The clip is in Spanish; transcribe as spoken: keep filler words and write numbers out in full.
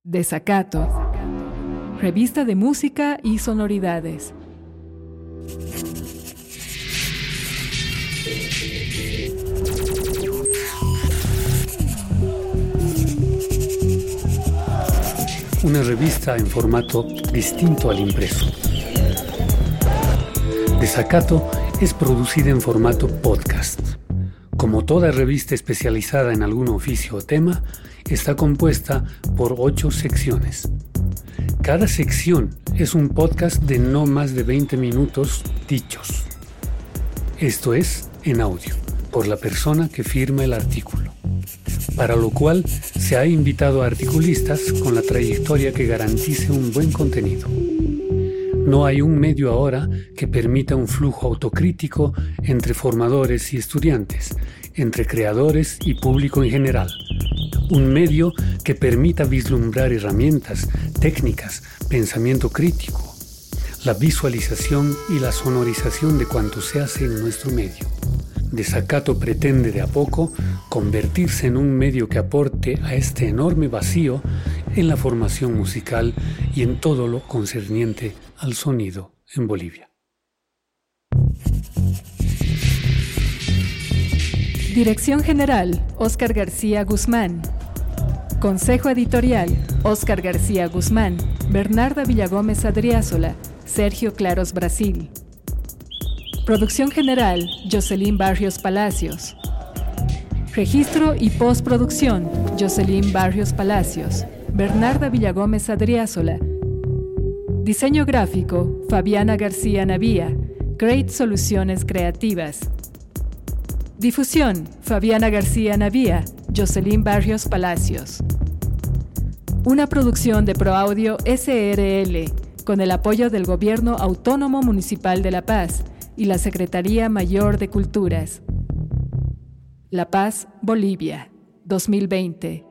Desacato, revista de música y sonoridades. Una revista en formato distinto al impreso. Desacato es producida en formato podcast. Como toda revista especializada en algún oficio o tema, está compuesta por ocho secciones. Cada sección es un podcast de no más de veinte minutos dichos. Esto es en audio, por la persona que firma el artículo, para lo cual se ha invitado a articulistas con la trayectoria que garantice un buen contenido. No hay un medio ahora que permita un flujo autocrítico entre formadores y estudiantes, entre creadores y público en general. Un medio que permita vislumbrar herramientas, técnicas, pensamiento crítico, la visualización y la sonorización de cuanto se hace en nuestro medio. Desacato pretende de a poco convertirse en un medio que aporte a este enorme vacío en la formación musical y en todo lo concerniente al sonido en Bolivia. Dirección General, Óscar García Guzmán. Consejo Editorial, Óscar García Guzmán, Bernarda Villagómez Adriázola, Sergio Claros Brasil. Producción General, Jocelyn Barrios Palacios. Registro y postproducción, Jocelyn Barrios Palacios, Bernarda Villagómez Adriázola. Diseño gráfico, Fabiana García Navía, Great Soluciones Creativas. Difusión, Fabiana García Navía, Jocelyn Barrios Palacios. Una producción de ProAudio S R L, con el apoyo del Gobierno Autónomo Municipal de La Paz y la Secretaría Mayor de Culturas. La Paz, Bolivia, dos mil veinte.